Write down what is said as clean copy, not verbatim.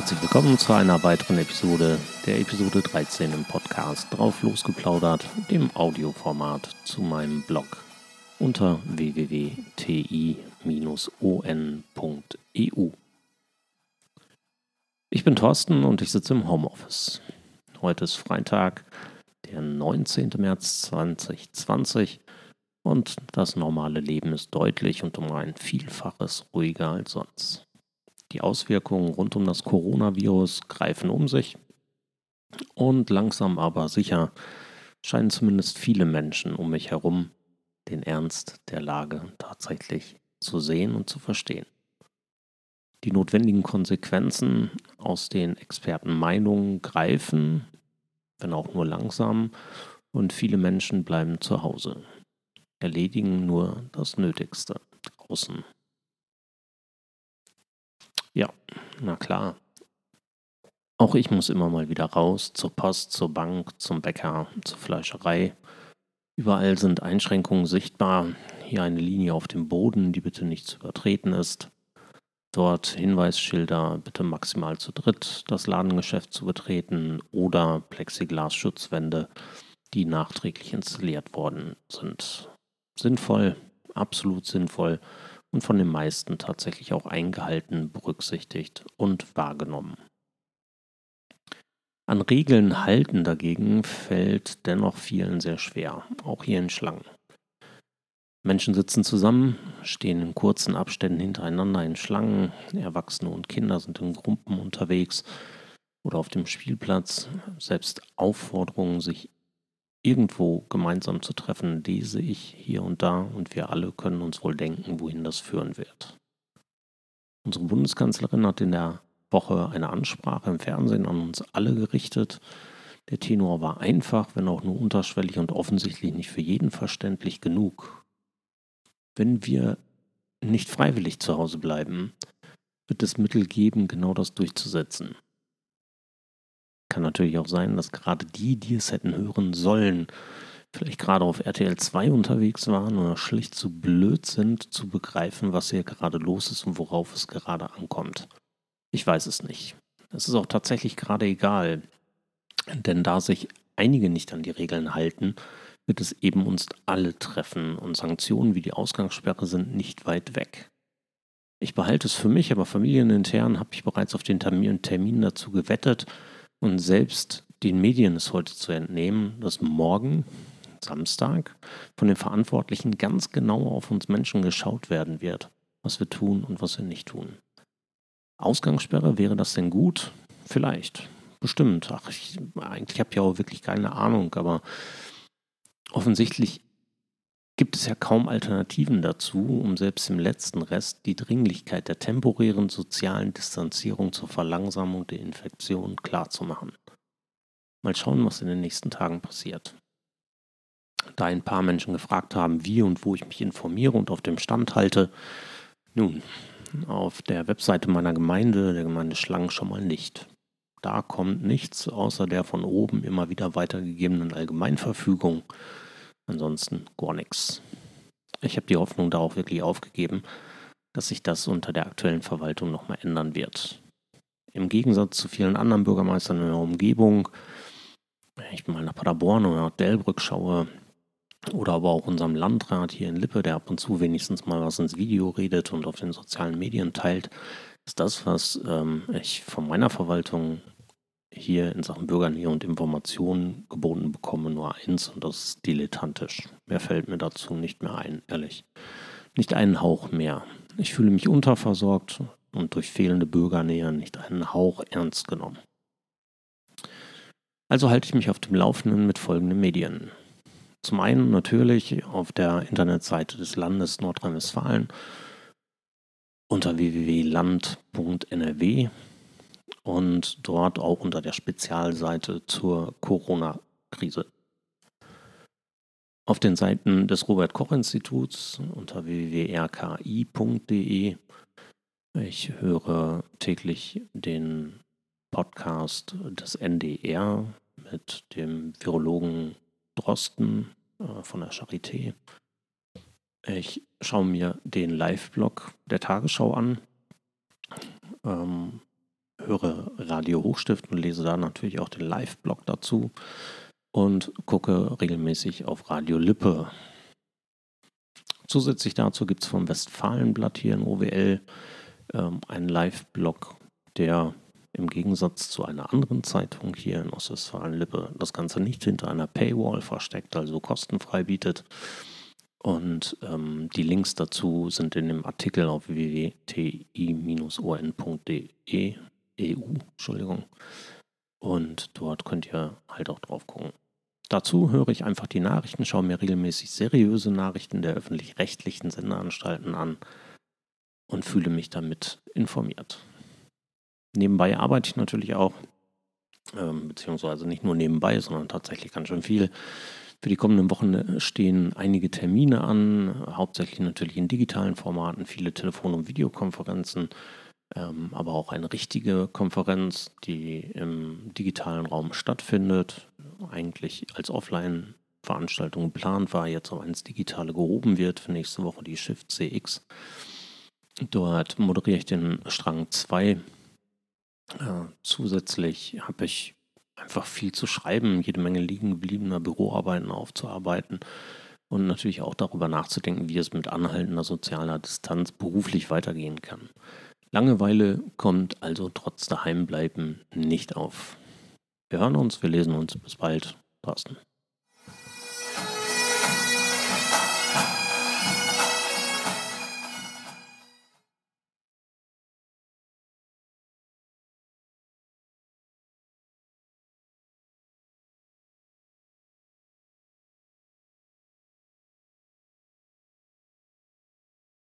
Herzlich willkommen zu einer weiteren Episode, der Episode 13 im Podcast Drauf losgeplaudert, dem Audioformat zu meinem Blog unter www.ti-on.eu. Ich bin Thorsten und ich sitze im Homeoffice. Heute ist Freitag, der 19. März 2020 und das normale Leben ist deutlich und um ein Vielfaches ruhiger als sonst. Die Auswirkungen rund um das Coronavirus greifen um sich und langsam aber sicher scheinen zumindest viele Menschen um mich herum den Ernst der Lage tatsächlich zu sehen und zu verstehen. Die notwendigen Konsequenzen aus den Expertenmeinungen greifen, wenn auch nur langsam, und viele Menschen bleiben zu Hause, erledigen nur das Nötigste draußen. Ja, na klar. Auch ich muss immer mal wieder raus, zur Post, zur Bank, zum Bäcker, zur Fleischerei. Überall sind Einschränkungen sichtbar. Hier eine Linie auf dem Boden, die bitte nicht zu übertreten ist. Dort Hinweisschilder, bitte maximal zu dritt das Ladengeschäft zu betreten oder Plexiglas-Schutzwände, die nachträglich installiert worden sind. Sinnvoll, absolut sinnvoll und von den meisten tatsächlich auch eingehalten, berücksichtigt und wahrgenommen. An Regeln halten dagegen fällt dennoch vielen sehr schwer, auch hier in Schlangen. Menschen sitzen zusammen, stehen in kurzen Abständen hintereinander in Schlangen, Erwachsene und Kinder sind in Gruppen unterwegs oder auf dem Spielplatz. Selbst Aufforderungen, sich irgendwo gemeinsam zu treffen, lese ich hier und da und wir alle können uns wohl denken, wohin das führen wird. Unsere Bundeskanzlerin hat in der Woche eine Ansprache im Fernsehen an uns alle gerichtet. Der Tenor war einfach, wenn auch nur unterschwellig und offensichtlich nicht für jeden verständlich genug. Wenn wir nicht freiwillig zu Hause bleiben, wird es Mittel geben, genau das durchzusetzen. Kann natürlich auch sein, dass gerade die es hätten hören sollen, vielleicht gerade auf RTL 2 unterwegs waren oder schlicht zu blöd sind, zu begreifen, was hier gerade los ist und worauf es gerade ankommt. Ich weiß es nicht. Es ist auch tatsächlich gerade egal, denn da sich einige nicht an die Regeln halten, wird es eben uns alle treffen und Sanktionen wie die Ausgangssperre sind nicht weit weg. Ich behalte es für mich, aber familienintern habe ich bereits auf den Termin dazu gewettet und selbst den Medien ist heute zu entnehmen, dass morgen, Samstag, von den Verantwortlichen ganz genau auf uns Menschen geschaut werden wird, was wir tun und was wir nicht tun. Ausgangssperre, wäre das denn gut? Vielleicht. Bestimmt. Eigentlich habe ich auch wirklich keine Ahnung, aber offensichtlich gibt es ja kaum Alternativen dazu, um selbst im letzten Rest die Dringlichkeit der temporären sozialen Distanzierung zur Verlangsamung der Infektion klarzumachen. Mal schauen, was in den nächsten Tagen passiert. Da ein paar Menschen gefragt haben, wie und wo ich mich informiere und auf dem Stand halte, nun, auf der Webseite meiner Gemeinde, der Gemeinde Schlangen, schon mal nicht. Da kommt nichts außer der von oben immer wieder weitergegebenen Allgemeinverfügung. Ansonsten gar nichts. Ich habe die Hoffnung da auch wirklich aufgegeben, dass sich das unter der aktuellen Verwaltung nochmal ändern wird. Im Gegensatz zu vielen anderen Bürgermeistern in der Umgebung, wenn ich mal nach Paderborn oder nach Delbrück schaue, oder aber auch unserem Landrat hier in Lippe, der ab und zu wenigstens mal was ins Video redet und auf den sozialen Medien teilt, ist das, was ich von meiner Verwaltung hier in Sachen Bürgernähe und Informationen geboten bekomme, nur eins und das ist dilettantisch. Mehr fällt mir dazu nicht mehr ein, ehrlich. Nicht einen Hauch mehr. Ich fühle mich unterversorgt und durch fehlende Bürgernähe nicht einen Hauch ernst genommen. Also halte ich mich auf dem Laufenden mit folgenden Medien. Zum einen natürlich auf der Internetseite des Landes Nordrhein-Westfalen unter www.land.nrw und dort auch unter der Spezialseite zur Corona-Krise. Auf den Seiten des Robert-Koch-Instituts unter www.rki.de. Ich höre täglich den Podcast des NDR mit dem Virologen Drosten von der Charité. Ich schaue mir den Live-Blog der Tagesschau an, höre Radio Hochstift und lese da natürlich auch den Live-Blog dazu und gucke regelmäßig auf Radio Lippe. Zusätzlich dazu gibt es vom Westfalenblatt hier in OWL einen Live-Blog, der im Gegensatz zu einer anderen Zeitung hier in Ostwestfalen-Lippe das Ganze nicht hinter einer Paywall versteckt, also kostenfrei bietet. Und die Links dazu sind in dem Artikel auf www.ti-on.de EU, Entschuldigung. Und dort könnt ihr halt auch drauf gucken. Dazu höre ich einfach die Nachrichten, schaue mir regelmäßig seriöse Nachrichten der öffentlich-rechtlichen Sendeanstalten an und fühle mich damit informiert. Nebenbei arbeite ich natürlich auch, beziehungsweise nicht nur nebenbei, sondern tatsächlich ganz schön viel. Für die kommenden Wochen stehen einige Termine an, hauptsächlich natürlich in digitalen Formaten, viele Telefon- und Videokonferenzen, aber auch eine richtige Konferenz, die im digitalen Raum stattfindet, eigentlich als Offline-Veranstaltung geplant war, jetzt aber ins Digitale gehoben wird, für nächste Woche die Shift CX. Dort moderiere ich den Strang 2. Zusätzlich habe ich einfach viel zu schreiben, jede Menge liegen gebliebener Büroarbeiten aufzuarbeiten und natürlich auch darüber nachzudenken, wie es mit anhaltender sozialer Distanz beruflich weitergehen kann. Langeweile kommt also trotz Daheimbleiben nicht auf. Wir hören uns, wir lesen uns. Bis bald. Thorsten.